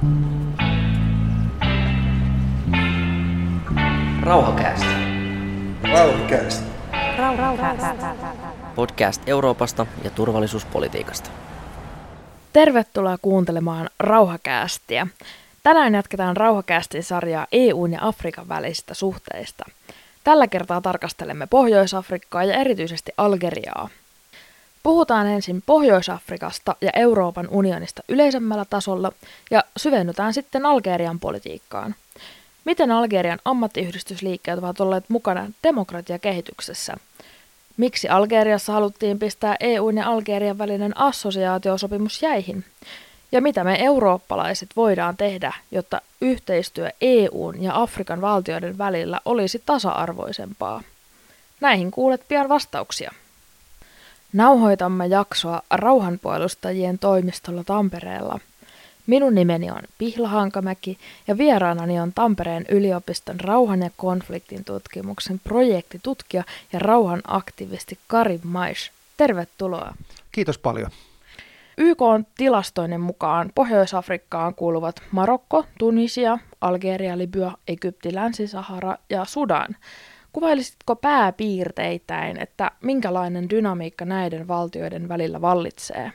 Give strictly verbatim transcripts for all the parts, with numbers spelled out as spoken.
Rauhakäästä. Rauhakäästä. Podcast Euroopasta ja turvallisuuspolitiikasta. Tervetuloa kuuntelemaan Rauhakäästiä. Tänään jatketaan Rauhakäästin sarjaa E U:n ja Afrikan välisistä suhteista. Tällä kertaa tarkastelemme Pohjois-Afrikkaa ja erityisesti Algeriaa. Puhutaan ensin Pohjois-Afrikasta ja Euroopan unionista yleisemmällä tasolla ja syvennytään sitten Algerian politiikkaan. Miten Algerian ammattiyhdistysliikkeet ovat olleet mukana demokratiakehityksessä? Miksi Algeriassa haluttiin pistää E U:n ja Algerian välinen assosiaatiosopimus jäihin? Ja mitä me eurooppalaiset voidaan tehdä, jotta yhteistyö E U:n ja Afrikan valtioiden välillä olisi tasa-arvoisempaa? Näihin kuulet pian vastauksia. Nauhoitamme jaksoa rauhanpuolustajien toimistolla Tampereella. Minun nimeni on Pihla Hankamäki ja vieraanani on Tampereen yliopiston rauhan ja konfliktin tutkimuksen projektitutkija ja rauhanaktivisti Karim Maish. Tervetuloa. Kiitos paljon. Y K:n tilastoinnin mukaan Pohjois-Afrikkaan kuuluvat Marokko, Tunisia, Algeria, Libya, Egypti, Länsi-Sahara ja Sudan. Kuvailisitko pääpiirteittäin, että minkälainen dynamiikka näiden valtioiden välillä vallitsee?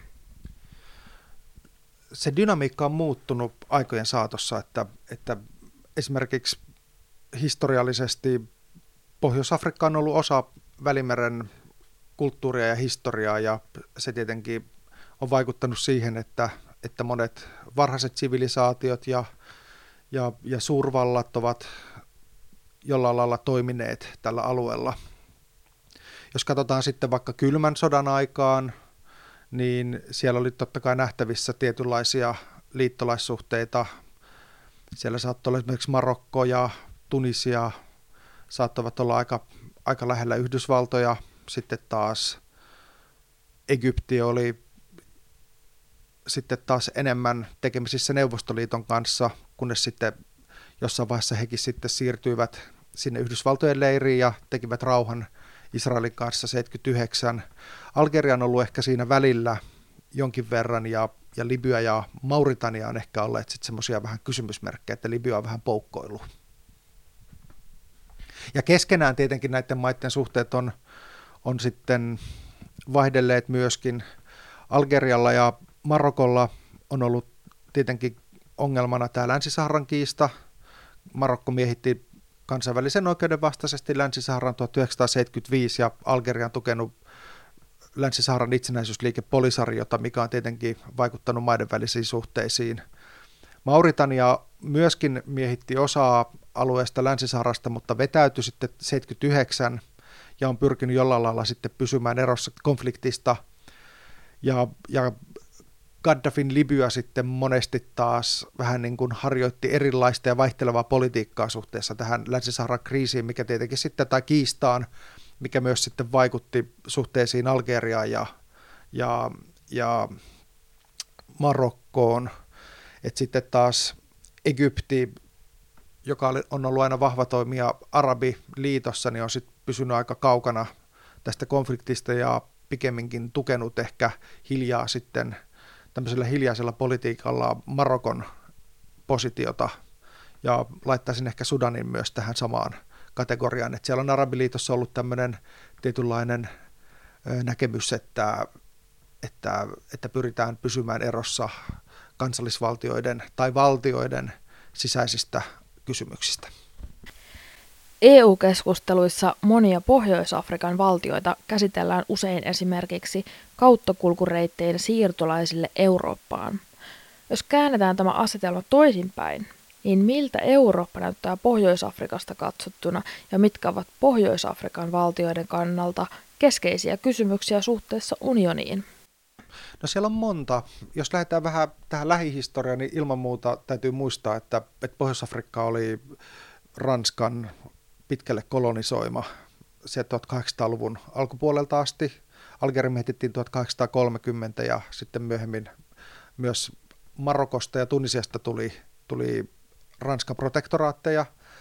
Se dynamiikka on muuttunut aikojen saatossa, että, että esimerkiksi historiallisesti Pohjois-Afrikka on ollut osa Välimeren kulttuuria ja historiaa, ja se tietenkin on vaikuttanut siihen, että, että monet varhaiset sivilisaatiot ja, ja, ja suurvallat ovat jollain lailla toimineet tällä alueella. Jos katsotaan sitten vaikka kylmän sodan aikaan, niin siellä oli totta kai nähtävissä tietynlaisia liittolaissuhteita. Siellä saattoi olla esimerkiksi Marokko ja Tunisia saattavat olla aika, aika lähellä Yhdysvaltoja. Sitten taas Egypti oli sitten taas enemmän tekemisissä Neuvostoliiton kanssa, kunnes sitten jossain vaiheessa hekin sitten siirtyivät sinne Yhdysvaltojen leiriin ja tekivät rauhan Israelin kanssa seitsemänkymmentäyhdeksän. Algeria on ollut ehkä siinä välillä jonkin verran, ja, ja Libya ja Mauritania on ehkä olleet sitten semmoisia vähän kysymysmerkkejä, että Libya on vähän poukkoillut. Ja keskenään tietenkin näiden maiden suhteet on, on sitten vaihdelleet myöskin. Algerialla ja Marokolla on ollut tietenkin ongelmana tämä Länsi-Saharan kiista. Marokko miehitti kansainvälisen oikeuden vastaisesti Länsi-Saharan tuhatyhdeksänsataaseitsemänkymmentäviisi ja Algeria on tukenut Länsi-Saharan itsenäisyysliike Polisariota, mikä on tietenkin vaikuttanut maiden välisiin suhteisiin. Mauritania myöskin miehitti osaa alueesta Länsi-Saharasta, mutta vetäytyi sitten seitsemänkymmentäyhdeksän ja on pyrkinyt jollain lailla sitten pysymään erossa konfliktista. Ja, ja Gaddafin Libya sitten monesti taas vähän niin kuin harjoitti erilaista ja vaihtelevaa politiikkaa suhteessa tähän Länsi-Saharan kriisiin, mikä tietenkin sitten, tai kiistaan, mikä myös sitten vaikutti suhteisiin Algeriaan ja, ja, ja Marokkoon. Et sitten taas Egypti, joka on ollut aina vahva toimija Arabiliitossa, niin on sitten pysynyt aika kaukana tästä konfliktista ja pikemminkin tukenut ehkä hiljaa sitten tämmöisellä hiljaisella politiikalla Marokon positiota, ja laittaisin ehkä Sudanin myös tähän samaan kategoriaan, että siellä on Arabiliitossa ollut tämmöinen tietynlainen näkemys, että, että, että pyritään pysymään erossa kansallisvaltioiden tai valtioiden sisäisistä kysymyksistä. E U-keskusteluissa monia Pohjois-Afrikan valtioita käsitellään usein esimerkiksi kauttakulkureittien siirtolaisille Eurooppaan. Jos käännetään tämä asetelma toisinpäin, niin miltä Eurooppa näyttää Pohjois-Afrikasta katsottuna ja mitkä ovat Pohjois-Afrikan valtioiden kannalta keskeisiä kysymyksiä suhteessa unioniin? No siellä on monta. Jos lähdetään vähän tähän lähihistoriaan, niin ilman muuta täytyy muistaa, että, että Pohjois-Afrikka oli Ranskan pitkälle kolonisoima se tuhatkahdeksansataaluvun alkupuolelta asti. Algeria mietittiin tuhatkahdeksansataakolmekymmentä ja sitten myöhemmin myös Marokosta ja Tunisiasta tuli, tuli Ranskan protektoraatteja.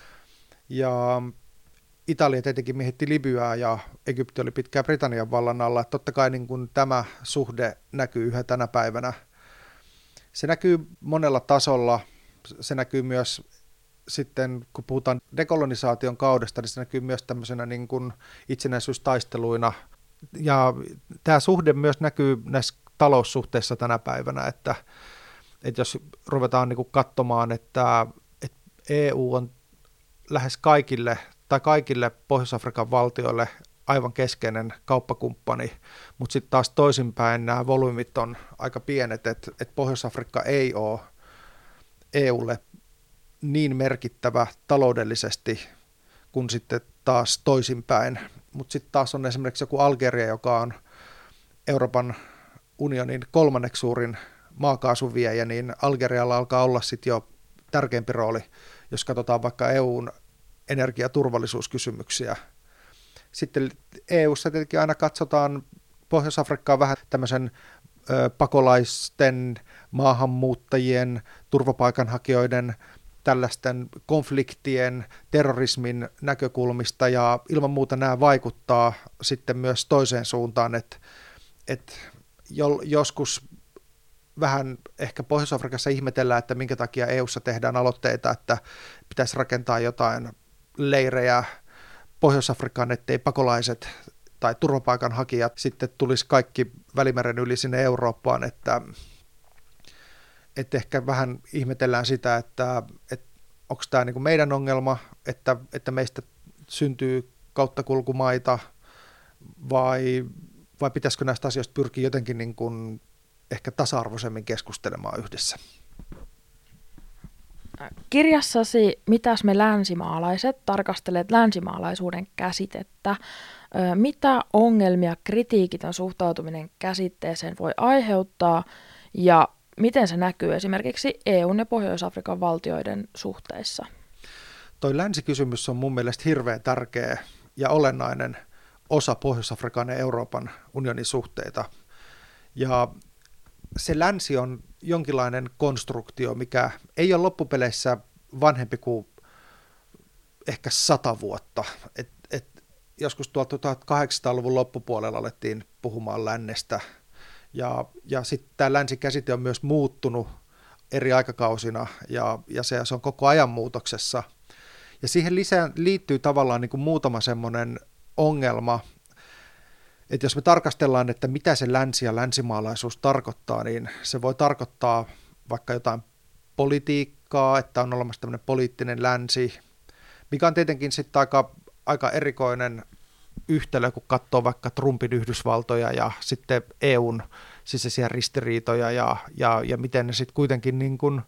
Ja Italia tietenkin miehitti Libyaa ja Egypti oli pitkään Britannian vallan alla. Totta kai niin kuin tämä suhde näkyy yhä tänä päivänä. Se näkyy monella tasolla. se näkyy myös sitten, kun puhutaan dekolonisaation kaudesta, niin se näkyy myös tämmöisenä niin kuin itsenäisyystaisteluina. Ja tämä suhde myös näkyy näissä taloussuhteissa tänä päivänä, että, että jos ruvetaan niin kuin katsomaan, että, että E U on lähes kaikille tai kaikille Pohjois-Afrikan valtioille aivan keskeinen kauppakumppani, mutta sitten taas toisinpäin nämä volyymit on aika pienet, että, että Pohjois-Afrikka ei ole E Ulle niin merkittävä taloudellisesti kuin sitten taas toisinpäin. Mutta sitten taas on esimerkiksi joku Algeria, joka on Euroopan unionin kolmanneksi suurin maakaasuviejä, niin Algerialla alkaa olla sitten jo tärkeämpi rooli, jos katsotaan vaikka E U:n energiaturvallisuuskysymyksiä. Sitten E U:ssa tietenkin aina katsotaan Pohjois-Afrikkaa vähän tämmöisen ö, pakolaisten, maahanmuuttajien, turvapaikanhakijoiden, tällaisten konfliktien, terrorismin näkökulmista, ja ilman muuta nämä vaikuttaa sitten myös toiseen suuntaan, että, että joskus vähän ehkä Pohjois-Afrikassa ihmetellään, että minkä takia E U:ssa tehdään aloitteita, että pitäisi rakentaa jotain leirejä Pohjois-Afrikkaan, ettei pakolaiset tai turvapaikanhakijat sitten tulisi kaikki Välimeren yli sinne Eurooppaan, että, että ehkä vähän ihmetellään sitä, että, että onko tämä niin kuin meidän ongelma, että, että meistä syntyy kauttakulkumaita, vai, vai pitäisikö näistä asioista pyrkiä jotenkin niin kuin ehkä tasa-arvoisemmin keskustelemaan yhdessä. Kirjassasi Mitäs me länsimaalaiset tarkastelet länsimaalaisuuden käsitettä. Mitä ongelmia kritiikitön suhtautuminen käsitteeseen voi aiheuttaa ja miten se näkyy esimerkiksi E U:n ja Pohjois-Afrikan valtioiden suhteissa? Toi länsikysymys on mun mielestä hirveän tärkeä ja olennainen osa Pohjois-Afrikan ja Euroopan unionin suhteita. Ja se länsi on jonkinlainen konstruktio, mikä ei ole loppupeleissä vanhempi kuin ehkä sata vuotta. Et, et joskus tuolta tuhatkahdeksansataaluvun loppupuolella alettiin puhumaan lännestä, ja, ja sitten tämä länsikäsite on myös muuttunut eri aikakausina, ja, ja se, se on koko ajan muutoksessa. Ja siihen lisään, liittyy tavallaan niin kuin muutama semmoinen ongelma, että jos me tarkastellaan, että mitä se länsi ja länsimaalaisuus tarkoittaa, niin se voi tarkoittaa vaikka jotain politiikkaa, että on olemassa tämmöinen poliittinen länsi, mikä on tietenkin sitten aika, aika erikoinen yhtälö, kun katsoo vaikka Trumpin Yhdysvaltoja ja sitten E U:n sisäisiä ristiriitoja ja, ja, ja miten ne sitten kuitenkin niin kuin,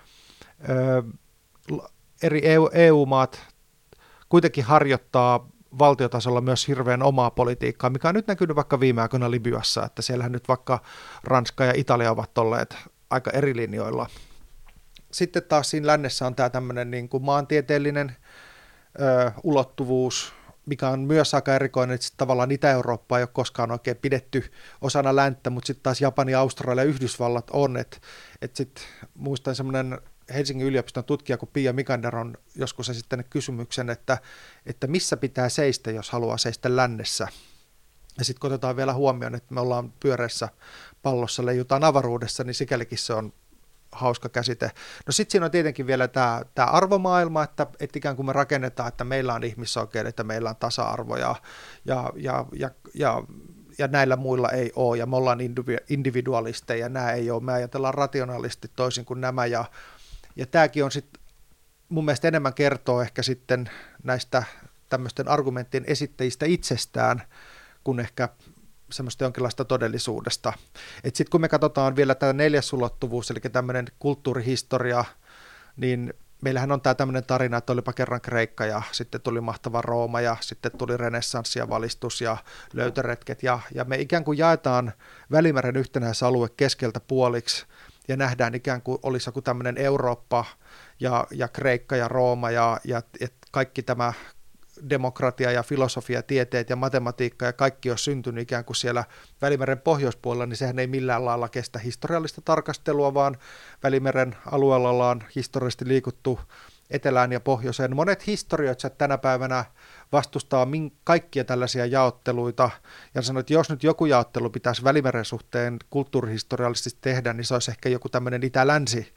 ö, eri E U-maat kuitenkin harjoittaa valtiotasolla myös hirveän omaa politiikkaa, mikä on nyt näkynyt vaikka viime aikoina Libyassa, että siellähän nyt vaikka Ranska ja Italia ovat olleet aika eri linjoilla. Sitten taas siinä lännessä on tämä tämmöinen niin kuin maantieteellinen ö, ulottuvuus, mikä on myös aika erikoinen, että tavallaan Itä-Eurooppa ei ole koskaan oikein pidetty osana länttä, mutta sitten taas Japani, Australia ja Yhdysvallat on, että et sitten muistan semmoinen Helsingin yliopiston tutkija, kun Pia Mikander on joskus esittänyt kysymyksen, että, että missä pitää seistä, jos haluaa seistä lännessä. Ja sitten kun otetaan vielä huomioon, että me ollaan pyöreässä pallossa, leijutaan avaruudessa, niin sikälikin se on hauska käsite. No sitten siinä on tietenkin vielä tämä, tämä arvomaailma, että, että ikään kuin me rakennetaan, että meillä on ihmisoikeudet, että meillä on tasa-arvo ja, ja, ja, ja, ja, ja näillä muilla ei ole, ja me ollaan individualisteja, nämä ei ole, me ajatellaan rationaalisesti toisin kuin nämä, ja Ja tämäkin on sitten mun mielestä enemmän kertoo ehkä sitten näistä tämmöisten argumenttien esittäjistä itsestään, kuin ehkä semmoista jonkinlaista todellisuudesta. Et sitten kun me katsotaan vielä tämä neljäs ulottuvuus, eli tämmöinen kulttuurihistoria, niin meillähän on tämä tämmöinen tarina, että olipa kerran Kreikka ja sitten tuli mahtava Rooma ja sitten tuli renessanssi ja valistus ja löytöretket, ja, ja me ikään kuin jaetaan Välimeren yhtenäisalue keskeltä puoliksi, ja nähdään ikään kuin olisi joku tämmöinen Eurooppa ja, ja Kreikka ja Rooma ja, ja et kaikki tämä demokratia ja filosofia, tieteet ja matematiikka ja kaikki on syntynyt ikään kuin siellä Välimeren pohjoispuolella, niin sehän ei millään lailla kestä historiallista tarkastelua, vaan Välimeren alueella ollaan historiallisesti liikuttu etelään ja pohjoiseen. Monet historioitsijat tänä päivänä vastustaa min- kaikkia tällaisia jaotteluita ja sanoo, että jos nyt joku jaottelu pitäisi Välimeren suhteen kulttuurihistoriallisesti tehdä, niin se olisi ehkä joku tämmöinen itä-länsi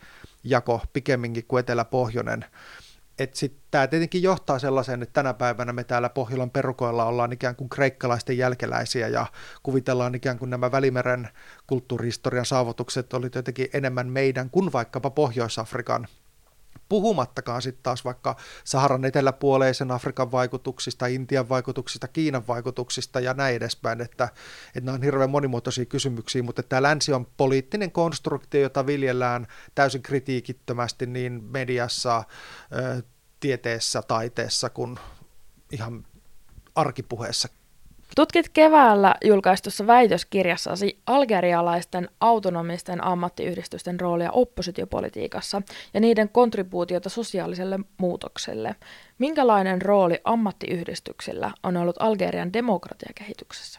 jako pikemminkin kuin etelä-pohjoinen. Tämä tietenkin johtaa sellaiseen, että tänä päivänä me täällä Pohjolan perukoilla ollaan ikään kuin kreikkalaisten jälkeläisiä ja kuvitellaan ikään kuin nämä Välimeren kulttuurihistorian saavutukset oli jotenkin enemmän meidän kuin vaikkapa Pohjois-Afrikan. Puhumattakaan sitten taas vaikka Saharan eteläpuoleisen Afrikan vaikutuksista, Intian vaikutuksista, Kiinan vaikutuksista ja näin edespäin, että, että nämä on hirveän monimuotoisia kysymyksiä, mutta tämä länsi on poliittinen konstruktio, jota viljellään täysin kritiikittömästi niin mediassa, tieteessä, taiteessa kuin ihan arkipuheessa. Tutkit keväällä julkaistussa väitöskirjassasi algerialaisten autonomisten ammattiyhdistysten roolia oppositiopolitiikassa ja niiden kontribuutiota sosiaaliselle muutokselle. Minkälainen rooli ammattiyhdistyksillä on ollut Algerian demokratiakehityksessä?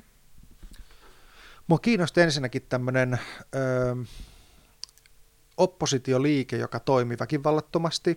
Mua kiinnosti ensinnäkin tämmöinen ö, oppositioliike, joka toimi väkivallattomasti.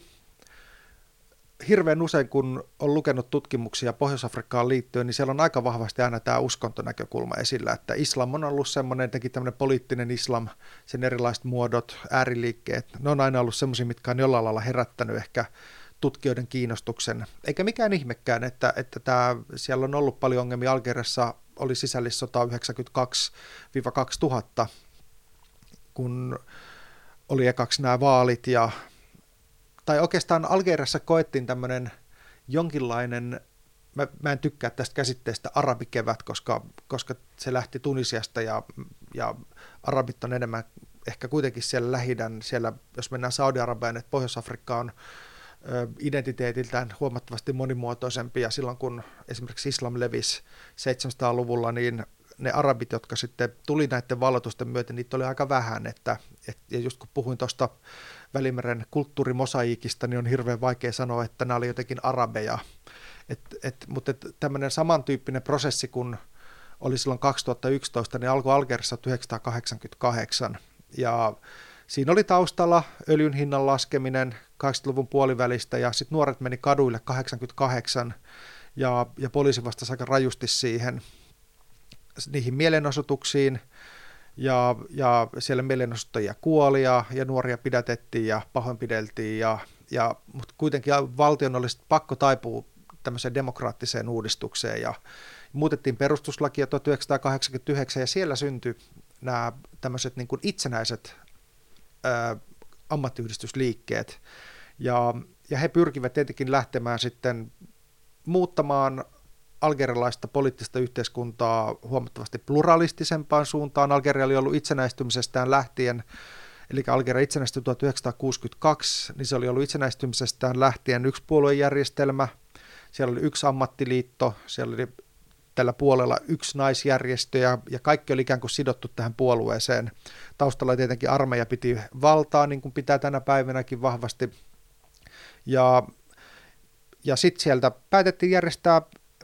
Hirveän usein, kun on lukenut tutkimuksia Pohjois-Afrikkaan liittyen, niin siellä on aika vahvasti aina tämä uskontonäkökulma esillä, että islam on ollut semmoinen, teki tämmöinen poliittinen islam, sen erilaiset muodot, ääriliikkeet, ne on aina ollut semmoisia, mitkä on jollain lailla herättänyt ehkä tutkijoiden kiinnostuksen. Eikä mikään ihmekään, että, että tämä, siellä on ollut paljon ongelmia. Algeriassa oli sisällissota yhdeksänkymmentäkaksi kaksituhatta, kun oli ekaksi nämä vaalit ja tai oikeastaan Algeriassa koettiin tämmöinen jonkinlainen, mä, mä en tykkää tästä käsitteestä arabikevät, koska, koska se lähti Tunisiasta ja, ja arabit on enemmän ehkä kuitenkin siellä Lähi-idän, siellä jos mennään Saudi-Arabiaan, että Pohjois-Afrikka on ö, identiteetiltään huomattavasti monimuotoisempi ja silloin kun esimerkiksi islam levisi seitsemänsataa-luvulla, niin ne arabit, jotka sitten tuli näiden valloitusten myötä, niitä oli aika vähän, että, et, ja just kun puhuin tuosta Välimeren kulttuurimosaiikista, niin on hirveän vaikea sanoa, että nämä oli jotenkin arabeja, et, et, mutta et, tämmöinen samantyyppinen prosessi, kun oli silloin kaksituhattayksitoista, niin alkoi Algeriassa tuhatyhdeksänsataakahdeksankymmentäkahdeksan, ja siinä oli taustalla öljyn hinnan laskeminen kahdeksankymmentäluvun puolivälistä, ja sitten nuoret meni kaduille kahdeksankymmentäkahdeksan, ja, ja poliisi vastasi aika rajusti siihen, niihin mielenosoituksiin, ja, ja siellä mielenosoittajia kuoli ja, ja nuoria pidätettiin ja pahoinpideltiin, ja, ja, mutta kuitenkin valtion olisi pakko taipua tämmöiseen demokraattiseen uudistukseen, ja muutettiin perustuslakia tuhatyhdeksänsataakahdeksankymmentäyhdeksän, ja siellä syntyi nämä tämmöiset niin kuin itsenäiset ää, ammattiyhdistysliikkeet, ja, ja he pyrkivät tietenkin lähtemään sitten muuttamaan algerialaista poliittista yhteiskuntaa huomattavasti pluralistisempaan suuntaan. Algeria oli ollut itsenäistymisestään lähtien, eli Algeria itsenäistyi tuhatyhdeksänsataakuusikymmentäkaksi, niin se oli ollut itsenäistymisestään lähtien yksi puoluejärjestelmä, siellä oli yksi ammattiliitto, siellä oli tällä puolella yksi naisjärjestö ja, ja kaikki oli ikään kuin sidottu tähän puolueeseen. Taustalla tietenkin armeija piti valtaa, niin kuin pitää tänä päivänäkin vahvasti, ja, ja sitten sieltä päätettiin järjestää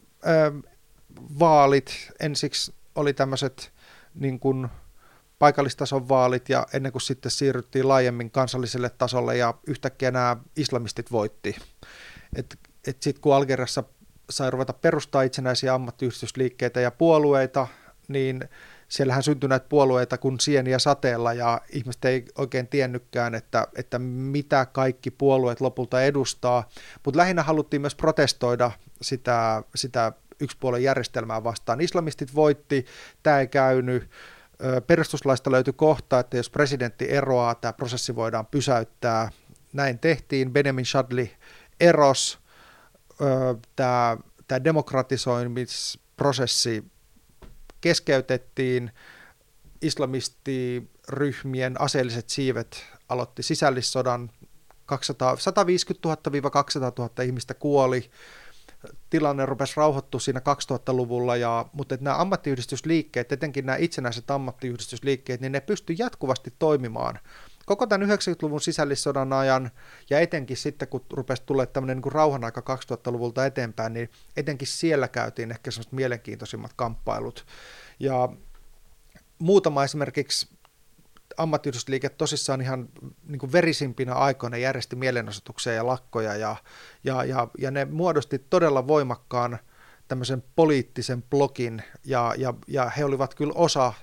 vaalit. Ensiksi oli tämmöiset niin kuin paikallistason vaalit ja ennen kuin sitten siirryttiin laajemmin kansalliselle tasolle ja yhtäkkiä nämä islamistit voitti. Et, et sitten kun Algeriassa sai ruveta perustaa itsenäisiä ammattiyhdistysliikkeitä ja puolueita, niin siellähän syntyi näitä puolueita kuin sieniä sateella ja ihmiset ei oikein tiennytkään, että, että mitä kaikki puolueet lopulta edustaa, mutta lähinnä haluttiin myös protestoida sitä, sitä yksipuolen järjestelmää vastaan. Islamistit voitti, tämä ei käynyt. Perustuslaista löytyi kohta, että jos presidentti eroaa, tämä prosessi voidaan pysäyttää. Näin tehtiin. Benjamin Chadli erosi. Tämä, tämä demokratisoimisprosessi keskeytettiin, islamistiryhmien aseelliset siivet aloitti sisällissodan, sataviisikymmentätuhatta kaksisataatuhatta ihmistä kuoli, tilanne rupesi rauhoittua siinä kaksituhattaluvulla, ja, mutta nämä ammattiyhdistysliikkeet, etenkin nämä itsenäiset ammattiyhdistysliikkeet, niin ne pystyivät jatkuvasti toimimaan koko tämän yhdeksänkymmentäluvun sisällissodan ajan, ja etenkin sitten, kun rupesi tulemaan tämmöinen niin kuin rauhanaika kaksituhattaluvulta eteenpäin, niin etenkin siellä käytiin ehkä sellaiset mielenkiintoisimmat kamppailut. Ja muutama esimerkiksi ammattiyhdistysliike tosissaan ihan niin kuin verisimpinä aikoina järjesti mielenosoituksia ja lakkoja, ja, ja, ja, ja ne muodosti todella voimakkaan tämmöisen poliittisen blokin, ja, ja, ja he olivat kyllä osa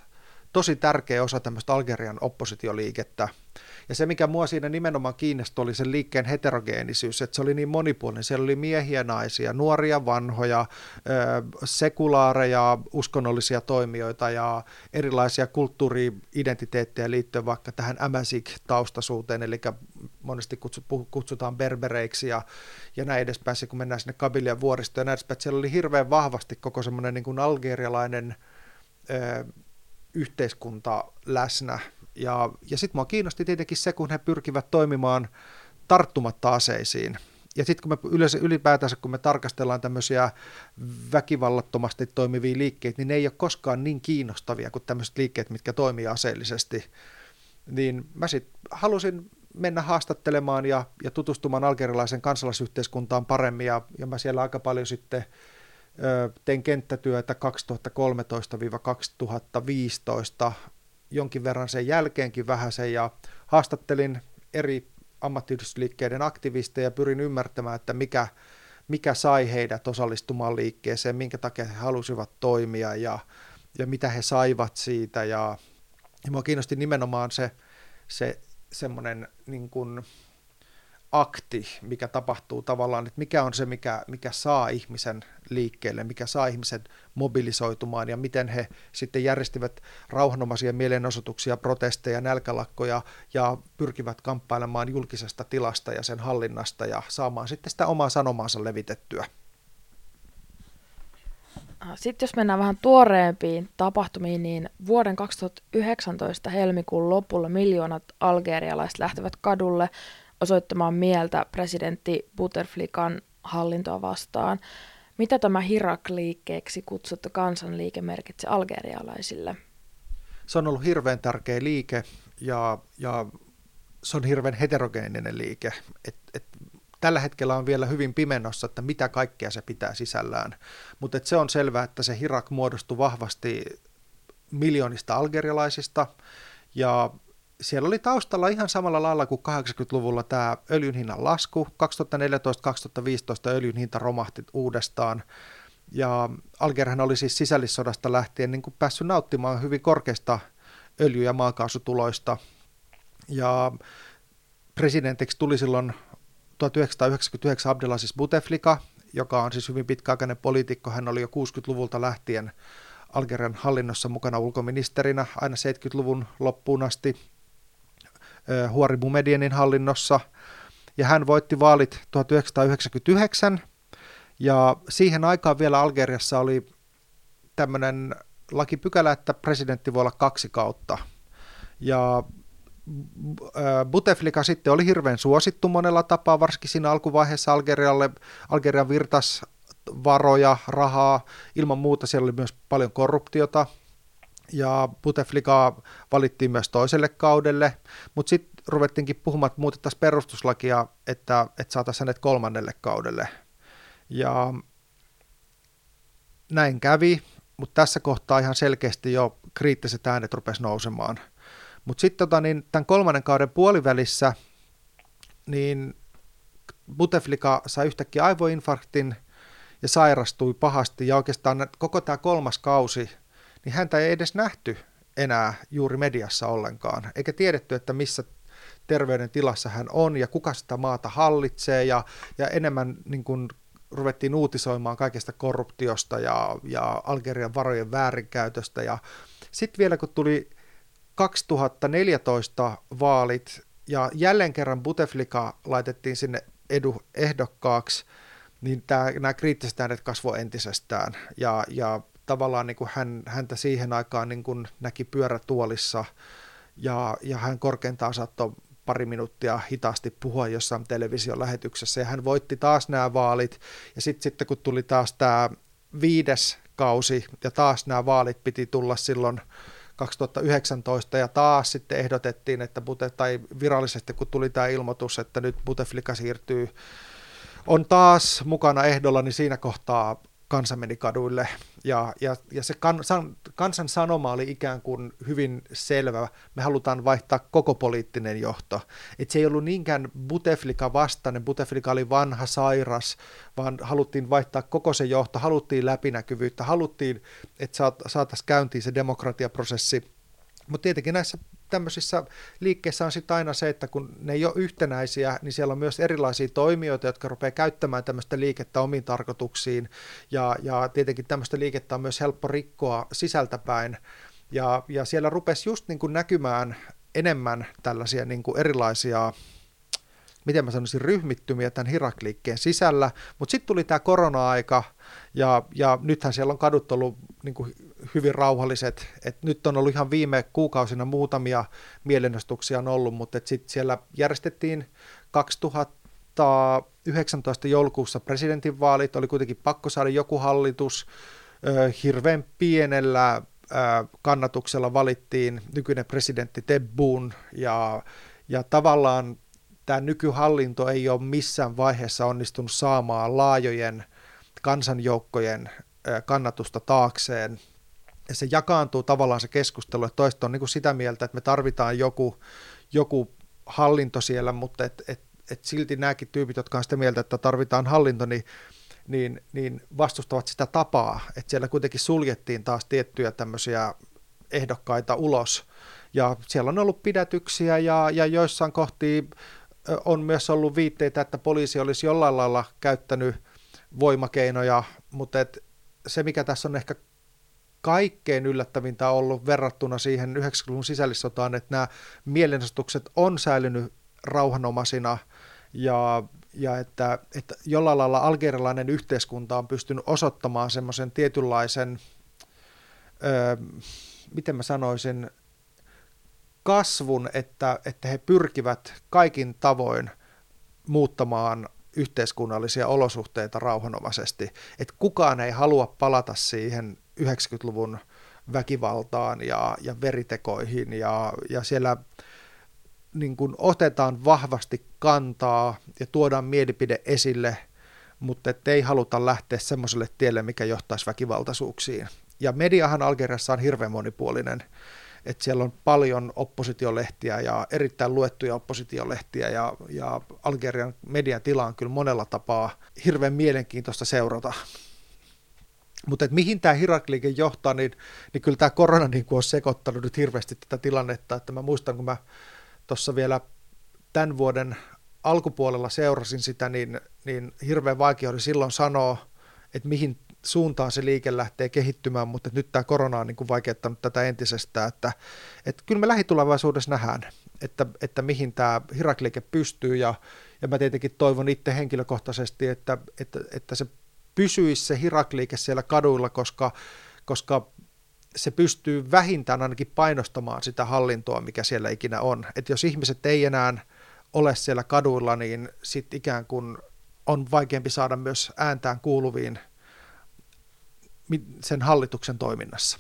tosi tärkeä osa tämmöistä Algerian oppositioliikettä. Ja se, mikä mua siinä nimenomaan kiinnostui, oli sen liikkeen heterogeenisyys, että se oli niin monipuolinen. Siellä oli miehiä, naisia, nuoria, vanhoja, sekulaareja, uskonnollisia toimijoita ja erilaisia kulttuuri-identiteettejä liittyen vaikka tähän Amazigh-taustaisuuteen, eli monesti kutsutaan berbereiksi ja, ja näin edespäin, kun mennään sinne Kabilian vuoristoon ja näin edespäin. Siellä oli hirveän vahvasti koko semmoinen niin kuin algerialainen ö, yhteiskunta läsnä. Ja, ja sitten mua kiinnosti tietenkin se, kun he pyrkivät toimimaan tarttumatta aseisiin. Ja sitten kun me yleensä, ylipäätänsä, kun me tarkastellaan tämmöisiä väkivallattomasti toimivia liikkeitä, niin ne ei ole koskaan niin kiinnostavia kuin tämmöiset liikkeet, mitkä toimii aseellisesti. Niin mä sitten halusin mennä haastattelemaan ja, ja tutustumaan algerialaisen kansalaisyhteiskuntaan paremmin, ja, ja mä siellä aika paljon sitten ö, tein kenttätyötä kaksituhattakolmetoista kaksituhattaviisitoista, jonkin verran sen jälkeenkin vähäsen, ja haastattelin eri ammattiyhdistysliikkeiden aktivisteja ja pyrin ymmärtämään, että mikä, mikä sai heidät osallistumaan liikkeeseen, minkä takia he halusivat toimia ja, ja mitä he saivat siitä. Ja, ja minua kiinnosti nimenomaan se, se semmoinen niin kuin akti, mikä tapahtuu tavallaan, että mikä on se, mikä, mikä saa ihmisen liikkeelle, mikä saa ihmisen mobilisoitumaan ja miten he sitten järjestivät rauhanomaisia mielenosoituksia, protesteja, nälkälakkoja ja pyrkivät kamppailemaan julkisesta tilasta ja sen hallinnasta ja saamaan sitten sitä omaa sanomaansa levitettyä. Sitten jos mennään vähän tuoreempiin tapahtumiin, niin vuoden kaksituhattayhdeksäntoista helmikuun lopulla miljoonat algerialaiset lähtevät kadulle osoittamaan mieltä presidentti Bouteflikan hallintoa vastaan. Mitä tämä Hirak-liikkeeksi kutsuttu kansanliike merkitsi algerialaisille? Se on ollut hirveän tärkeä liike ja, ja se on hirveän heterogeeninen liike. Et, et, tällä hetkellä on vielä hyvin pimennossa, että mitä kaikkea se pitää sisällään, mutta se on selvää, että se Hirak muodostui vahvasti miljoonista algerialaisista ja siellä oli taustalla ihan samalla lailla kuin kahdeksankymmentäluvulla tämä öljyn hinnan lasku. kaksituhattaneljätoista kaksituhattaviisitoista öljyn hinta romahti uudestaan. Ja Algeriahan oli siis sisällissodasta lähtien niin kuin päässyt nauttimaan hyvin korkeista öljy- ja maakaasutuloista. Ja presidentiksi tuli silloin tuhatyhdeksänsataayhdeksänkymmentäyhdeksän Abdelaziz Bouteflika, joka on siis hyvin pitkäaikainen poliitikko. Hän oli jo kuusikymmentäluvulta lähtien Algerian hallinnossa mukana ulkoministerinä aina seitsemänkymmentäluvun loppuun asti Houari Boumedienin hallinnossa, ja hän voitti vaalit tuhatyhdeksänsataayhdeksänkymmentäyhdeksän, ja siihen aikaan vielä Algeriassa oli tämmöinen lakipykälä, että presidentti voi olla kaksi kautta, ja Bouteflika sitten oli hirveän suosittu monella tapaa, varsinkin siinä alkuvaiheessa Algerialle, Algerian virtas varoja, rahaa, ilman muuta siellä oli myös paljon korruptiota, ja Bouteflika valittiin myös toiselle kaudelle, mutta sitten ruvettiinkin puhumaan, että muutettaisiin perustuslakia, että, että saataisiin hänet kolmannelle kaudelle. Ja näin kävi, mutta tässä kohtaa ihan selkeästi jo kriittiset äänet rupesi nousemaan. Mutta sitten tota, niin tämän kolmannen kauden puolivälissä niin Bouteflika sai yhtäkkiä aivoinfarktin ja sairastui pahasti, ja oikeastaan koko tämä kolmas kausi, niin häntä ei edes nähty enää juuri mediassa ollenkaan, eikä tiedetty, että missä terveydentilassa hän on ja kuka sitä maata hallitsee, ja, ja enemmän niin kuin ruvettiin uutisoimaan kaikesta korruptiosta ja, ja Algerian varojen väärinkäytöstä, ja sitten vielä kun tuli kaksituhattaneljätoista vaalit, ja jälleen kerran Bouteflika laitettiin sinne edu, ehdokkaaksi, niin tämä, nämä kriittiset äänet kasvoi entisestään, ja, ja tavallaan niin kuin hän, häntä siihen aikaan niin kuin näki pyörätuolissa, ja, ja hän korkeintaan saattoi pari minuuttia hitaasti puhua jossain television lähetyksessä, ja hän voitti taas nämä vaalit, ja sitten sit, kun tuli taas tämä viides kausi, ja taas nämä vaalit piti tulla silloin kaksituhattayhdeksäntoista, ja taas sitten ehdotettiin, että Boute, tai virallisesti kun tuli tämä ilmoitus, että nyt Bouteflika siirtyy, on taas mukana ehdolla, niin siinä kohtaa kansa meni kaduille, ja, ja, ja se kansan, kansan sanoma oli ikään kuin hyvin selvä. Me halutaan vaihtaa koko poliittinen johto. Et se ei ollut niinkään Bouteflika vastainen, Bouteflika oli vanha, sairas, vaan haluttiin vaihtaa koko se johto, haluttiin läpinäkyvyyttä, haluttiin, että saataisiin käyntiin se demokratiaprosessi, Mutta tietenkin näissä tämmöisissä liikkeissä on sitten aina se, että kun ne ei ole yhtenäisiä, niin siellä on myös erilaisia toimijoita, jotka rupeaa käyttämään tämmöistä liikettä omiin tarkoituksiin, ja, ja tietenkin tämmöistä liikettä on myös helppo rikkoa sisältäpäin, ja, ja siellä rupesi just niin kuin näkymään enemmän tällaisia niin kuin erilaisia, miten mä sanoisin, ryhmittymiä tämän Hirak-liikkeen sisällä, mutta sitten tuli tämä korona-aika, ja, ja nythän siellä on kadut ollut niin kuin hyvin rauhalliset, että nyt on ollut ihan viime kuukausina muutamia mielenosoituksia on ollut, mutta sitten siellä järjestettiin kaksituhattayhdeksäntoista joulukuussa presidentinvaalit, oli kuitenkin pakko saada joku hallitus, hirveän pienellä kannatuksella valittiin nykyinen presidentti Tebboune, ja, ja tavallaan tämä nykyhallinto ei ole missään vaiheessa onnistunut saamaan laajojen kansanjoukkojen kannatusta taakseen. Ja se jakaantuu tavallaan se keskustelu, että toista on niin kuin sitä mieltä, että me tarvitaan joku, joku hallinto siellä, mutta et, et, et silti nämäkin tyypit, jotka on sitä mieltä, että tarvitaan hallinto, niin, niin, niin vastustavat sitä tapaa, että siellä kuitenkin suljettiin taas tiettyjä tämmöisiä ehdokkaita ulos, ja siellä on ollut pidätyksiä, ja, ja joissain kohtia on myös ollut viitteitä, että poliisi olisi jollain lailla käyttänyt voimakeinoja, mutta et se, mikä tässä on ehkä kaikkein yllättävintä ollut verrattuna siihen yhdeksänkymmentäluvun sisällissotaan, että nämä mielenosoitukset on säilynyt rauhanomaisina, ja, ja että, että jollain lailla algerialainen yhteiskunta on pystynyt osoittamaan semmoisen tietynlaisen, öö, miten mä sanoisin, kasvun, että, että he pyrkivät kaikin tavoin muuttamaan yhteiskunnallisia olosuhteita rauhanomaisesti, että kukaan ei halua palata siihen yhdeksänkymmentäluvun väkivaltaan ja, ja veritekoihin, ja, ja siellä niin kuin otetaan vahvasti kantaa ja tuodaan mielipide esille, mutta ei haluta lähteä semmoiselle tielle, mikä johtaisi väkivaltaisuuksiin. Ja mediahan Algeriassa on hirveän monipuolinen, että siellä on paljon oppositiolehtiä ja erittäin luettuja oppositiolehtiä, ja, ja Algerian mediatila on kyllä monella tapaa hirveän mielenkiintoista seurata. Mutta mihin tämä Hirak-liike johtaa, niin, niin kyllä tämä korona niin kuin on sekoittanut nyt hirveästi tätä tilannetta, että mä muistan, kun mä tuossa vielä tämän vuoden alkupuolella seurasin sitä, niin, niin hirveän vaikea oli silloin sanoa, että mihin suuntaan se liike lähtee kehittymään, mutta nyt tämä korona on niin kuin vaikeuttanut tätä entisestään, että, että kyllä me lähitulevaisuudessa nähdään, että, että mihin tämä Hirak-liike pystyy, ja, ja mä tietenkin toivon itse henkilökohtaisesti, että, että, että se pysyisi se Hirak-liike siellä kaduilla, koska, koska se pystyy vähintään ainakin painostamaan sitä hallintoa, mikä siellä ikinä on. Että jos ihmiset ei enää ole siellä kaduilla, niin sitten ikään kuin on vaikeampi saada myös ääntään kuuluviin sen hallituksen toiminnassa.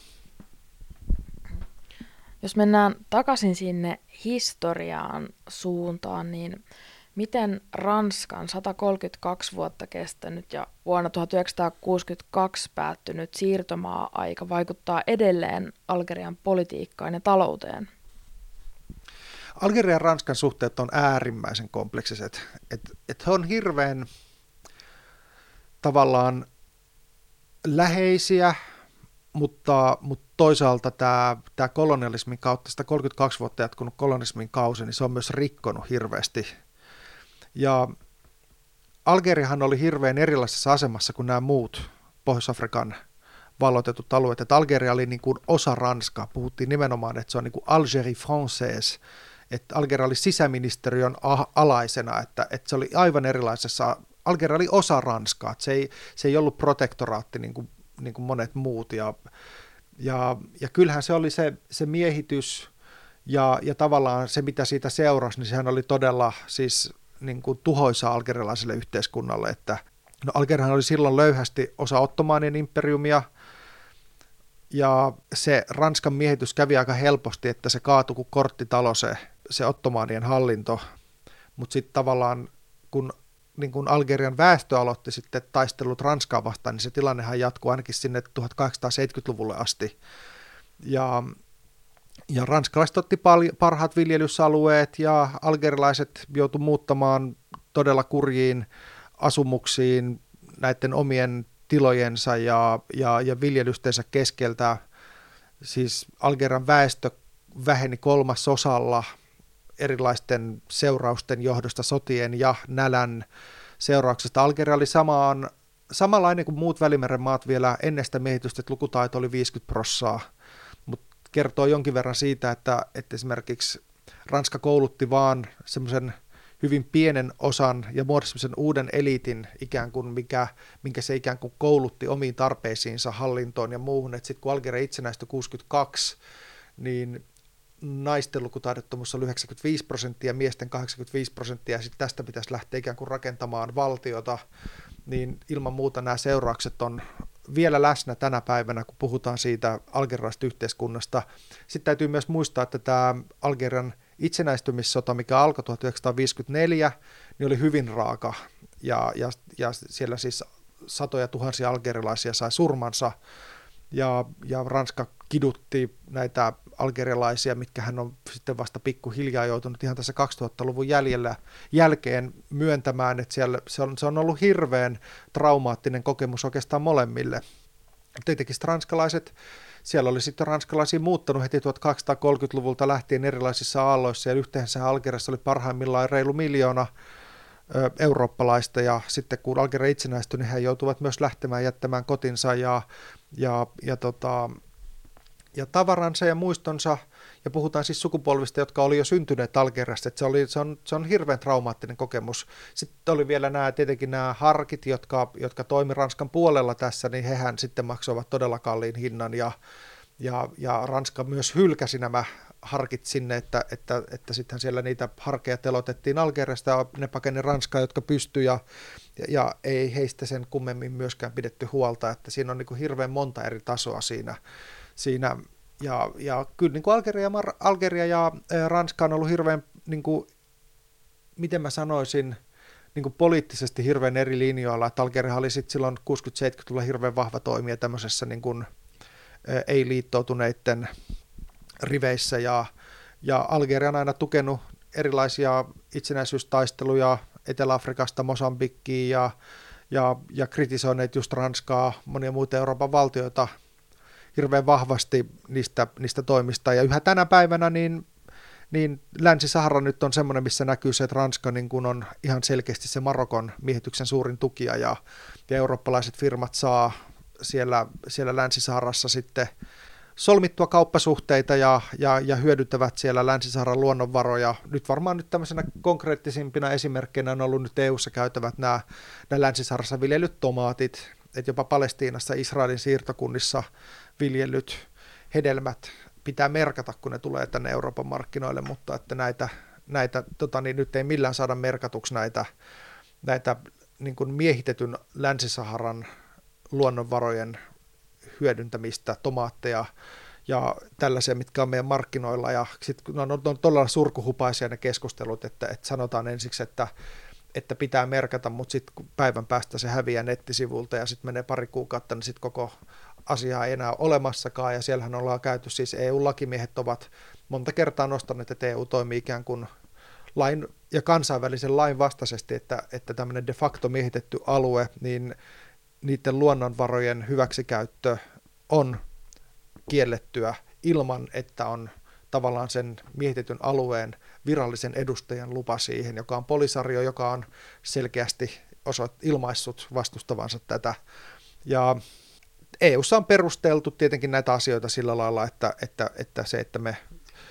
Jos mennään takaisin sinne historiaan suuntaan, niin miten Ranskan sata kolmekymmentäkaksi vuotta kestänyt ja vuonna tuhatyhdeksänsataakuusikymmentäkaksi päättynyt siirtomaa-aika vaikuttaa edelleen Algerian politiikkaan ja talouteen? Algerian ja Ranskan suhteet on äärimmäisen kompleksiset. Et, et he on hirveän tavallaan läheisiä, mutta, mutta toisaalta tämä, tämä kolonialismin kautta, sitä kolmekymmentäkaksi vuotta jatkunut kolonialismin kausi, niin se on myös rikkonut hirveästi. Ja Algeriahan oli hirveän erilaisessa asemassa kuin nämä muut Pohjois-Afrikan valloitetut alueet. Että Algeria oli niin kuin osa Ranskaa. Puhuttiin nimenomaan, että se on niin kuin Algérie française, että Algeria oli sisäministeriön alaisena, että, että se oli aivan erilaisessa. Algeria oli osa Ranskaa, että se ei, se ei ollut protektoraatti niin kuin, niin kuin monet muut. Ja, ja, ja kyllähän se oli se, se miehitys ja, ja tavallaan se, mitä siitä seurasi, niin sehän oli todella siis niin kuin tuhoisaa algerialaiselle yhteiskunnalle, että no Algeriahan oli silloin löyhästi osa Ottomaanien imperiumia, ja se Ranskan miehitys kävi aika helposti, että se kaatui kuin korttitalo se, se Ottomaanien hallinto, mutta sitten tavallaan kun, niin kun Algerian väestö aloitti sitten taistelut Ranskaa vastaan, niin se tilannehan jatkui ainakin sinne tuhatkahdeksansataaseitsemänkymmentäluvulle asti, ja Ja ranskalaiset otti parhaat viljelysalueet ja algerilaiset joutuivat muuttamaan todella kurjiin asumuksiin näiden omien tilojensa ja, ja, ja viljelystensä keskeltä. Siis Algerian väestö väheni kolmasosalla erilaisten seurausten johdosta, sotien ja nälän seurauksesta. Algeria oli samaan, samanlainen kuin muut Välimeren maat vielä ennen sitä miehitystä, että lukutaito oli viisikymmentä prosenttia, mutta kertoo jonkin verran siitä, että, että esimerkiksi Ranska koulutti vaan semmoisen hyvin pienen osan ja muodosti semmoisen uuden eliitin ikään kuin, mikä, minkä se ikään kuin koulutti omiin tarpeisiinsa, hallintoon ja muuhun. Sitten kun Algeria itsenäistyi kuusikymmentäkaksi, niin naisten lukutaidottomuus oli yhdeksänkymmentäviisi prosenttia, miesten kahdeksankymmentäviisi prosenttia, ja sitten tästä pitäisi lähteä ikään kuin rakentamaan valtiota, niin ilman muuta nämä seuraukset on vielä läsnä tänä päivänä, kun puhutaan siitä algerialaisesta yhteiskunnasta. Sitten täytyy myös muistaa, että tämä Algerian itsenäistymissota, mikä alkoi tuhatyhdeksänsataaviisikymmentäneljä, niin oli hyvin raaka, ja, ja, ja siellä siis satoja tuhansia algerialaisia sai surmansa, ja, ja Ranska kidutti näitä algerialaisia, mitkä hän on sitten vasta pikkuhiljaa joutunut ihan tässä kaksituhattaluvun jäljellä, jälkeen myöntämään, että siellä, se, on, se on ollut hirveän traumaattinen kokemus oikeastaan molemmille. Tietenkin ranskalaiset, siellä oli sitten ranskalaisia muuttanut heti tuhatkahdeksansataakolmekymmentäluvulta lähtien erilaisissa aalloissa, ja yhteensä Algeriassa oli parhaimmillaan reilu miljoona ö, eurooppalaista, ja sitten kun Algeria itsenäistyi, niin he joutuvat myös lähtemään jättämään kotinsa ja, ja, ja tota, ja tavaransa ja muistonsa, ja puhutaan siis sukupolvista, jotka oli jo syntyneet Algeriasta, että se, oli, se, on, se on hirveän traumaattinen kokemus. Sitten oli vielä nämä, tietenkin nämä harkit, jotka, jotka toimi Ranskan puolella tässä, niin hehän sitten maksoivat todella kalliin hinnan, ja, ja, ja Ranska myös hylkäsi nämä harkit sinne, että, että, että sittenhän siellä niitä harkeja telotettiin Algeriasta, ja ne pakeni Ranskaa, jotka pystyi, ja, ja ei heistä sen kummemmin myöskään pidetty huolta, että siinä on niin kuin hirveän monta eri tasoa siinä, Siinä, ja, ja kyllä niin kuin Algeria, Algeria ja Ranska on ollut hirveän, niin kuin, miten mä sanoisin, niin kuin poliittisesti hirveän eri linjoilla, että Algeria oli sitten silloin kuusikymmentä-seitsemänkymmentäluvulla hirveän vahva toimija tämmöisessä niin kuin, ei-liittoutuneiden riveissä, ja, ja Algeria on aina tukenut erilaisia itsenäisyystaisteluja Etelä-Afrikasta Mosambikkiin, ja, ja, ja kritisoineet just Ranskaa, monia muita Euroopan valtioita hirveän vahvasti niistä, niistä toimista, ja yhä tänä päivänä niin, niin Länsi-Sahara nyt on semmoinen, missä näkyy se, että Ranska niin kun on ihan selkeästi se Marokon miehityksen suurin tukija, ja, ja eurooppalaiset firmat saa siellä, siellä Länsi-Saharassa sitten solmittua kauppasuhteita ja, ja, ja hyödyntävät siellä Länsi-Saharan luonnonvaroja. Nyt varmaan nyt tämmöisenä konkreettisimpina esimerkkeinä on ollut nyt E U:ssa käytävät nämä, nämä Länsi-Saharassa viljelyt tomaatit, että jopa Palestiinassa, Israelin siirtokunnissa viljellyt hedelmät pitää merkata, kun ne tulee tänne Euroopan markkinoille, mutta että näitä, näitä tota, niin nyt ei millään saada merkatuksi näitä, näitä niin kuin miehitetyn Länsi-Saharan luonnonvarojen hyödyntämistä, tomaatteja ja tällaisia, mitkä on meidän markkinoilla, ja sitten no, on, on todella surkuhupaisia ne keskustelut, että, että sanotaan ensiksi, että että pitää merkata, mutta sitten päivän päästä se häviää nettisivulta ja sitten menee pari kuukautta, niin sitten koko asiaa ei enää ole olemassakaan, ja siellähän ollaan käyty, siis E U-lakimiehet ovat monta kertaa nostaneet, että E U toimii ikään kuin lain ja kansainvälisen lain vastaisesti, että, että tämmöinen de facto miehitetty alue, niin niiden luonnonvarojen hyväksikäyttö on kiellettyä ilman, että on tavallaan sen miehitetyn alueen virallisen edustajan lupa siihen, joka on Polisario, joka on selkeästi osoit, ilmaissut vastustavansa tätä. Ja E U:ssa on perusteltu tietenkin näitä asioita sillä lailla, että, että, että se, että me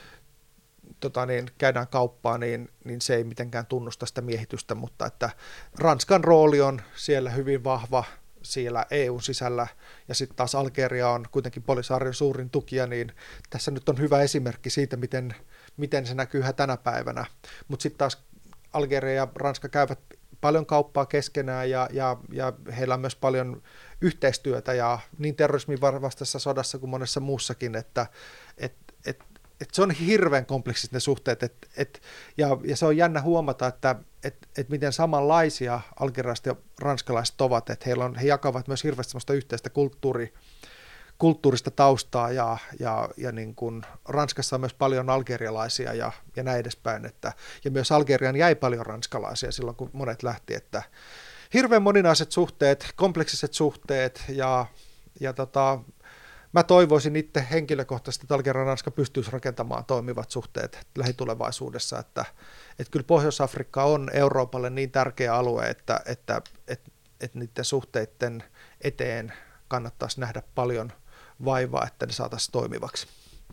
tota niin, käydään kauppaa, niin, niin se ei mitenkään tunnusta sitä miehitystä, mutta että Ranskan rooli on siellä hyvin vahva siellä E U:n sisällä, ja sitten taas Algeria on kuitenkin Polisarion suurin tukija, niin tässä nyt on hyvä esimerkki siitä, miten, miten se näkyy yhä tänä päivänä. Mutta sitten taas Algeria ja Ranska käyvät paljon kauppaa keskenään, ja, ja, ja heillä on myös paljon yhteistyötä, ja niin terrorismin vastaisessa sodassa kuin monessa muussakin, että et, et, et se on hirveän kompleksiset ne suhteet, et, et, ja, ja se on jännä huomata, että et, et miten samanlaisia algerialaiset ja ranskalaiset ovat, että heillä on, he jakavat myös hirveästi sellaista yhteistä kulttuuri, kulttuurista taustaa, ja, ja, ja niin kuin Ranskassa on myös paljon algerialaisia ja, ja näin edespäin, että, ja myös Algerian jäi paljon ranskalaisia silloin, kun monet lähti, että hirveän moninaiset suhteet, kompleksiset suhteet, ja, ja tota, mä toivoisin itse henkilökohtaisesti, että Algeria ja Ranska pystyisi rakentamaan toimivat suhteet lähitulevaisuudessa, että, että kyllä Pohjois-Afrikka on Euroopalle niin tärkeä alue, että, että, että, että niiden suhteiden eteen kannattaisi nähdä paljon vaivaa, että ne saataisiin toimivaksi.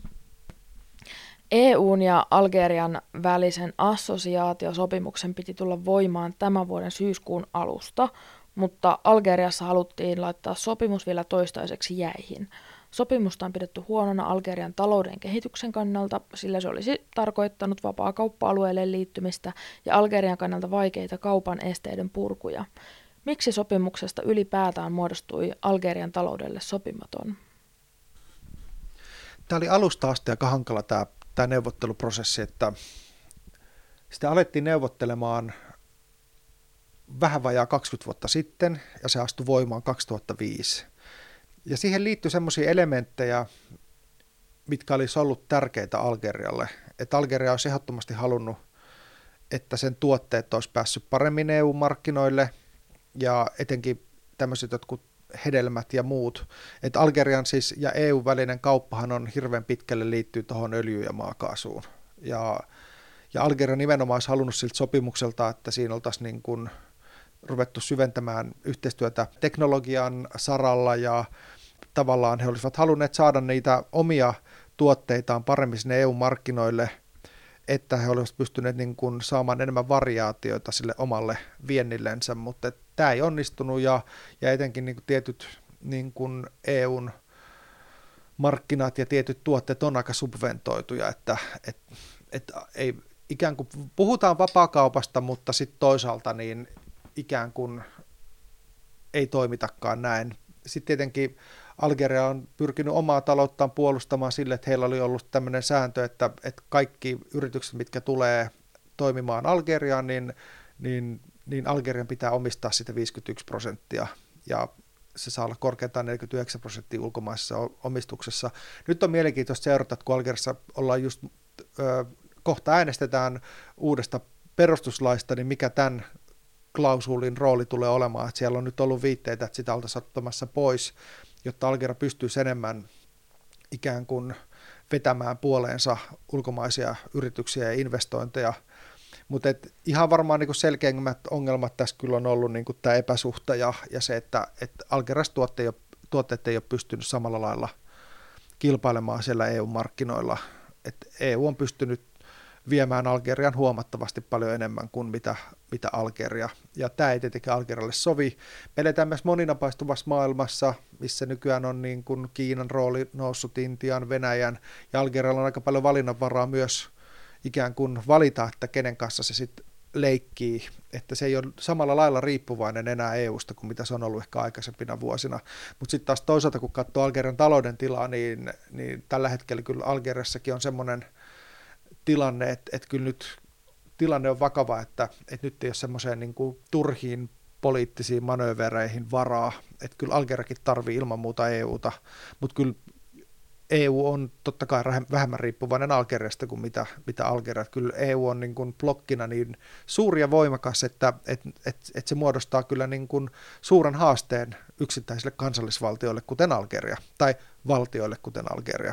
E U:n ja Algerian välisen assosiaatiosopimuksen piti tulla voimaan tämän vuoden syyskuun alusta, mutta Algeriassa haluttiin laittaa sopimus vielä toistaiseksi jäihin. Sopimusta on pidetty huonona Algerian talouden kehityksen kannalta, sillä se olisi tarkoittanut vapaakauppa-alueelle liittymistä ja Algerian kannalta vaikeita kaupan esteiden purkuja. Miksi sopimuksesta ylipäätään muodostui Algerian taloudelle sopimaton? Tämä oli alusta asti aika hankala tämä, tämä neuvotteluprosessi, että sitä alettiin neuvottelemaan vähän vajaa kaksikymmentä vuotta sitten ja se astui voimaan kaksituhattaviisi. Ja siihen liittyi semmoisia elementtejä, mitkä olisi ollut tärkeitä Algerialle. Että Algeria olisi ehdottomasti halunnut, että sen tuotteet olisi päässyt paremmin E U-markkinoille ja etenkin tämmöiset jotkut hedelmät ja muut. Että Algerian siis ja E U-välinen kauppahan on hirveän pitkälle liittyy tuohon öljyyn ja maakaasuun. Ja, ja Algeria nimenomaan olisi halunnut siltä sopimukselta, että siinä oltaisiin niin kuin ruvettu syventämään yhteistyötä teknologian saralla ja tavallaan he olisivat halunneet saada niitä omia tuotteitaan paremmin sinne E U-markkinoille, että he olisivat pystyneet niin kuin saamaan enemmän variaatioita sille omalle viennillensä, mutta tämä ei onnistunut ja, ja etenkin niin kuin tietyt niin kuin E U:n markkinat ja tietyt tuotteet on aika subventoituja, että et, et ei, ikään kuin puhutaan vapaakaupasta, mutta sitten toisaalta niin ikään kuin ei toimitakaan näin. Sitten tietenkin Algeria on pyrkinyt omaa talouttaan puolustamaan sille, että heillä oli ollut tämmöinen sääntö, että, että kaikki yritykset, mitkä tulee toimimaan Algeriaan, niin, niin, niin Algerian pitää omistaa sitä viisikymmentäyksi prosenttia ja se saa olla korkeintaan neljäkymmentäyhdeksän prosenttia ulkomaisessa omistuksessa. Nyt on mielenkiintoista seurata, että kun Algeriassa ollaan just ö, kohta äänestetään uudesta perustuslaista, niin mikä tämän klausuulin rooli tulee olemaan, että siellä on nyt ollut viitteitä, että sitä oltaisiin ottamassa pois, jotta Algeria pystyisi enemmän ikään kuin vetämään puoleensa ulkomaisia yrityksiä ja investointeja. Mutta ihan varmaan niin selkeimmät ongelmat tässä kyllä on ollut niin tämä epäsuhta ja, ja se, että, että Algeriassa tuotteet, tuotteet ei ole pystynyt samalla lailla kilpailemaan siellä E U-markkinoilla. Et E U on pystynyt viemään Algerian huomattavasti paljon enemmän kuin mitä, mitä Algeria. Ja tämä ei tietenkin Algerialle sovi. Me eletään myös moninapaistuvassa maailmassa, missä nykyään on niin kuin Kiinan rooli noussut, Intian, Venäjän, ja Algerialla on aika paljon valinnanvaraa myös ikään kuin valita, että kenen kanssa se sitten leikkii, että se ei ole samalla lailla riippuvainen enää E Usta kuin mitä se on ollut ehkä aikaisempina vuosina. Mutta sitten taas toisaalta, kun katsoo Algerian talouden tilaa, niin, niin tällä hetkellä kyllä Algeriassakin on semmoinen tilanne, että, että kyllä nyt tilanne on vakava, että, että nyt ei ole semmoiseen niin kuin turhiin poliittisiin manöövereihin varaa, että kyllä Algeriakin tarvii ilman muuta E Uta, mutta kyllä E U on totta kai vähemmän riippuvainen Algeriasta kuin mitä, mitä Algeria. Kyllä E U on niin kuin blokkina niin suuri ja voimakas, että et, et, et se muodostaa kyllä niin kuin suuren haasteen yksittäisille kansallisvaltioille, kuten Algeria, tai valtioille, kuten Algeria.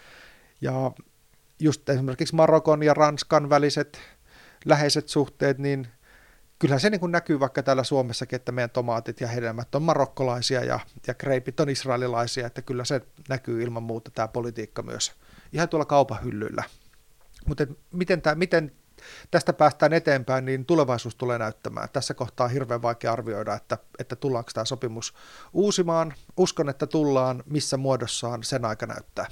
Ja just esimerkiksi Marokon ja Ranskan väliset läheiset suhteet, niin kyllähän se niin kuin näkyy vaikka täällä Suomessakin, että meidän tomaatit ja hedelmät on marokkolaisia ja, ja kreipit on israelilaisia, että kyllä se näkyy ilman muuta tämä politiikka myös ihan tuolla kaupan hyllyllä. Mutta miten, tämä, miten tästä päästään eteenpäin, niin tulevaisuus tulee näyttämään. Tässä kohtaa on hirveän vaikea arvioida, että, että tullaanko tämä sopimus uusimaan. Uskon, että tullaan, missä muodossaan sen aika näyttää.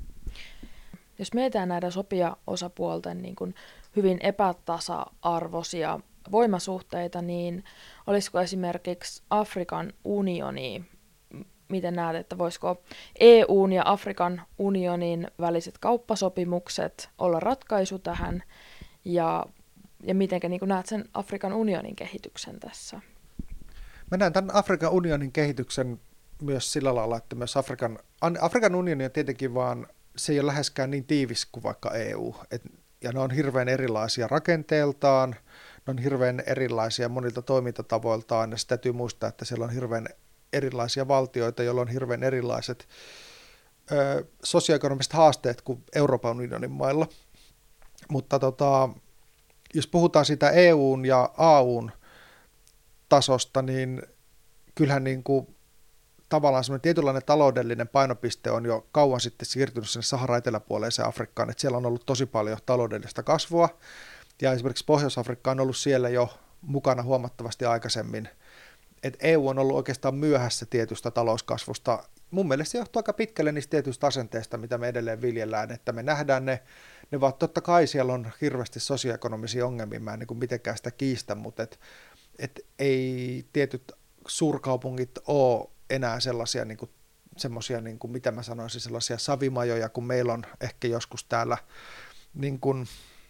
Jos mietitään näitä sopijaosapuolten niin kuin hyvin epätasa-arvoisia voimasuhteita, niin olisiko esimerkiksi Afrikan unioni, miten näet, että voisiko E U:n ja Afrikan unionin väliset kauppasopimukset olla ratkaisu tähän, ja, ja miten niin näet sen Afrikan unionin kehityksen tässä? Mä näen tämän Afrikan unionin kehityksen myös sillä lailla, että myös Afrikan, Afrikan unioni on tietenkin vaan, se ei ole läheskään niin tiivis kuin vaikka E U, et, ja ne on hirveän erilaisia rakenteeltaan, ne on hirveän erilaisia monilta toimintatavoiltaan, ja täytyy muistaa, että siellä on hirveän erilaisia valtioita, joilla on hirveän erilaiset ö, sosioekonomiset haasteet kuin Euroopan unionin mailla. Mutta tota, jos puhutaan siitä E U:n ja A U:n tasosta, niin kyllähän niin kuin tavallaan semmoinen tietynlainen taloudellinen painopiste on jo kauan sitten siirtynyt sinne Sahara-eteläpuoleiseen Afrikkaan, että siellä on ollut tosi paljon taloudellista kasvua, ja esimerkiksi Pohjois-Afrikka on ollut siellä jo mukana huomattavasti aikaisemmin. Et E U on ollut oikeastaan myöhässä tietystä talouskasvusta. Mun mielestä se johtuu aika pitkälle niistä tietyistä asenteista, mitä me edelleen viljellään, että me nähdään ne, ne vaan totta kai siellä on hirveästi sosioekonomisia ongelmia, mä en niin kuin mitenkään sitä kiistä, mutta et, et ei tietyt suurkaupungit ole enää sellaisia, niin kuin, semmoisia, niin kuin, mitä mä sanoisin, sellaisia savimajoja, kun meillä on ehkä joskus täällä niin kuin,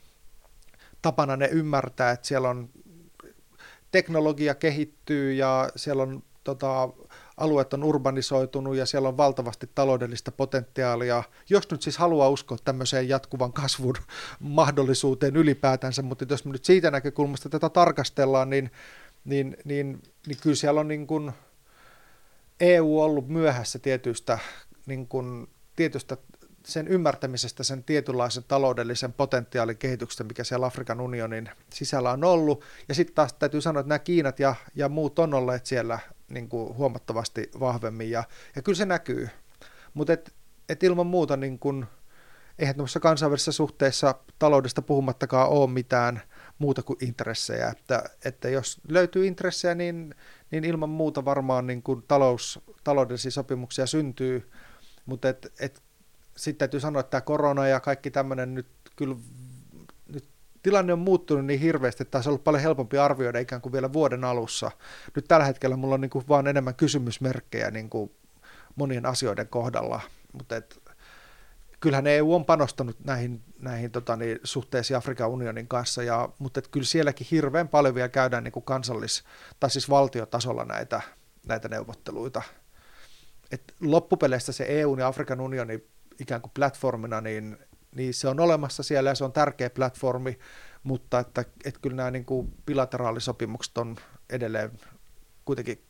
tapana ne ymmärtää, että siellä on teknologia kehittyy ja siellä on tota, alueet on urbanisoitunut ja siellä on valtavasti taloudellista potentiaalia. Jos nyt siis haluaa uskoa tämmöiseen jatkuvan kasvun mahdollisuuteen ylipäätänsä, mutta jos me nyt siitä näkökulmasta tätä tarkastellaan, niin, niin, niin, niin kyllä siellä on niin kuin E U on ollut myöhässä tietystä, niin kuin, tietystä sen ymmärtämisestä, sen tietynlaisen taloudellisen potentiaalin kehityksestä, mikä siellä Afrikan unionin sisällä on ollut. Ja sitten taas täytyy sanoa, että nämä Kiinat ja, ja muut on olleet siellä niin kuin huomattavasti vahvemmin, ja, ja kyllä se näkyy. Mutta et, et ilman muuta, niin kun, eihän tuossa kansainvälisessä suhteessa taloudesta puhumattakaan ole mitään muuta kuin intressejä. Että, että jos löytyy intressejä, niin, niin ilman muuta varmaan niin kun talous, taloudellisia sopimuksia syntyy, mutta et, et, sitten täytyy sanoa, että tämä korona ja kaikki tämmöinen nyt kyllä, nyt tilanne on muuttunut niin hirveästi, että taisi ollut paljon helpompi arvioida ikään kuin vielä vuoden alussa. Nyt tällä hetkellä mulla on niin kuin vaan enemmän kysymysmerkkejä niin kuin monien asioiden kohdalla, mutta et, kyllähän E U on panostanut näihin, näihin tota, niin, suhteisiin Afrikan unionin kanssa, ja, mutta et kyllä sielläkin hirveän paljon vielä käydään niin kuin kansallis- tai siis valtiotasolla näitä, näitä neuvotteluita. Et loppupeleissä se E U ja Afrikan unioni ikään kuin platformina, niin, niin se on olemassa siellä ja se on tärkeä platformi, mutta että, että kyllä nämä niin kuin bilateraalisopimukset on edelleen kuitenkin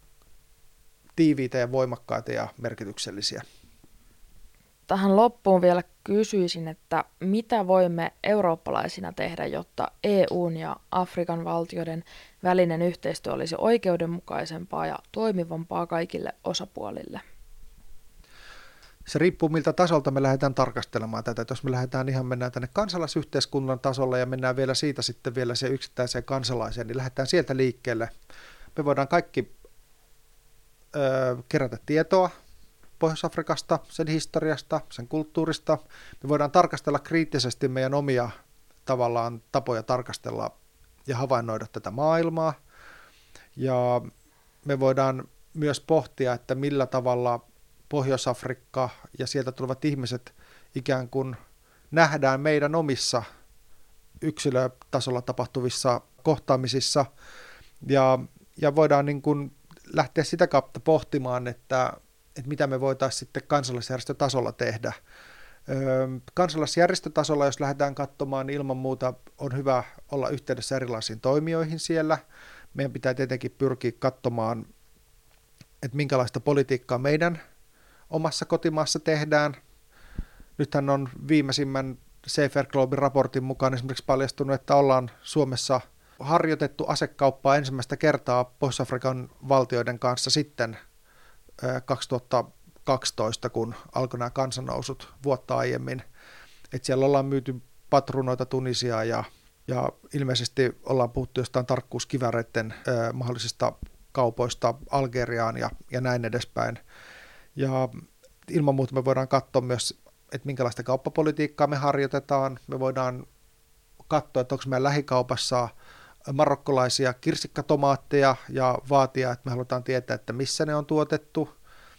tiiviitä ja voimakkaita ja merkityksellisiä. Tähän loppuun vielä kysyisin, että mitä voimme eurooppalaisina tehdä, jotta E U:n ja Afrikan valtioiden välinen yhteistyö olisi oikeudenmukaisempaa ja toimivampaa kaikille osapuolille? Se riippuu, miltä tasolta me lähdetään tarkastelemaan tätä. Että jos me lähdetään ihan mennään tänne kansalaisyhteiskunnan tasolle ja mennään vielä siitä sitten vielä se yksittäiseen kansalaiseen, niin lähdetään sieltä liikkeelle. Me voidaan kaikki ö, kerätä tietoa Pohjois-Afrikasta, sen historiasta, sen kulttuurista. Me voidaan tarkastella kriittisesti meidän omia tavallaan tapoja tarkastella ja havainnoida tätä maailmaa. Ja me voidaan myös pohtia, että millä tavalla Pohjois-Afrikka ja sieltä tulevat ihmiset ikään kuin nähdään meidän omissa yksilötasolla tapahtuvissa kohtaamisissa. Ja, ja voidaan niin kuin lähteä sitä kautta pohtimaan, että että mitä me voitaisiin sitten kansalaisjärjestötasolla tehdä. Öö, kansalaisjärjestötasolla, jos lähdetään katsomaan, niin ilman muuta on hyvä olla yhteydessä erilaisiin toimijoihin siellä. Meidän pitää tietenkin pyrkiä katsomaan, että minkälaista politiikkaa meidän omassa kotimaassa tehdään. Nythän on viimeisimmän Safer Globin raportin mukaan esimerkiksi paljastunut, että ollaan Suomessa harjoitettu asekauppaa ensimmäistä kertaa Pohjois-Afrikan valtioiden kanssa sitten kaksituhattakaksitoista, kun alkoi nämä kansannousut vuotta aiemmin. Että siellä ollaan myyty patruunoita Tunisiaan ja, ja ilmeisesti ollaan puhuttu jostain tarkkuuskiväreiden ö, mahdollisista kaupoista Algeriaan ja, ja näin edespäin. Ja ilman muuta me voidaan katsoa myös, että minkälaista kauppapolitiikkaa me harjoitetaan. Me voidaan katsoa, että onko meidän lähikaupassa marokkolaisia kirsikkatomaatteja ja vaatia, että me halutaan tietää, että missä ne on tuotettu.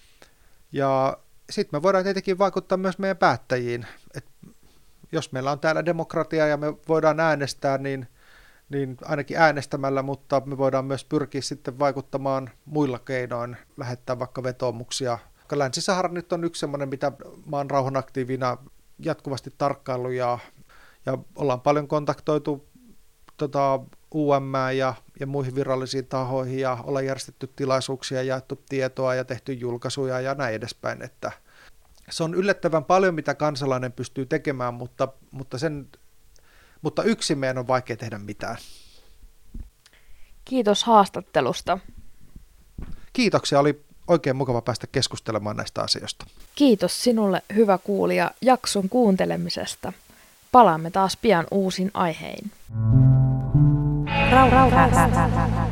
Ja sitten me voidaan tietenkin vaikuttaa myös meidän päättäjiin. Et jos meillä on täällä demokratia ja me voidaan äänestää, niin, niin ainakin äänestämällä, mutta me voidaan myös pyrkiä sitten vaikuttamaan muilla keinoin, lähettää vaikka vetoomuksia. Länsi-Sahara nyt on yksi sellainen, mitä mä oon rauhanaktiivina jatkuvasti tarkkaillut ja, ja ollaan paljon kontaktoitu tota, U M ja, ja muihin virallisiin tahoihin ja ollaan järjestetty tilaisuuksia, jaettu tietoa ja tehty julkaisuja ja näin edespäin. Että, se on yllättävän paljon, mitä kansalainen pystyy tekemään, mutta, mutta, sen, mutta yksin meidän on vaikea tehdä mitään. Kiitos haastattelusta. Kiitoksia, oli oikein mukava päästä keskustelemaan näistä asioista. Kiitos sinulle, hyvä kuulija, jakson kuuntelemisesta. Palaamme taas pian uusin aihein. Rauha.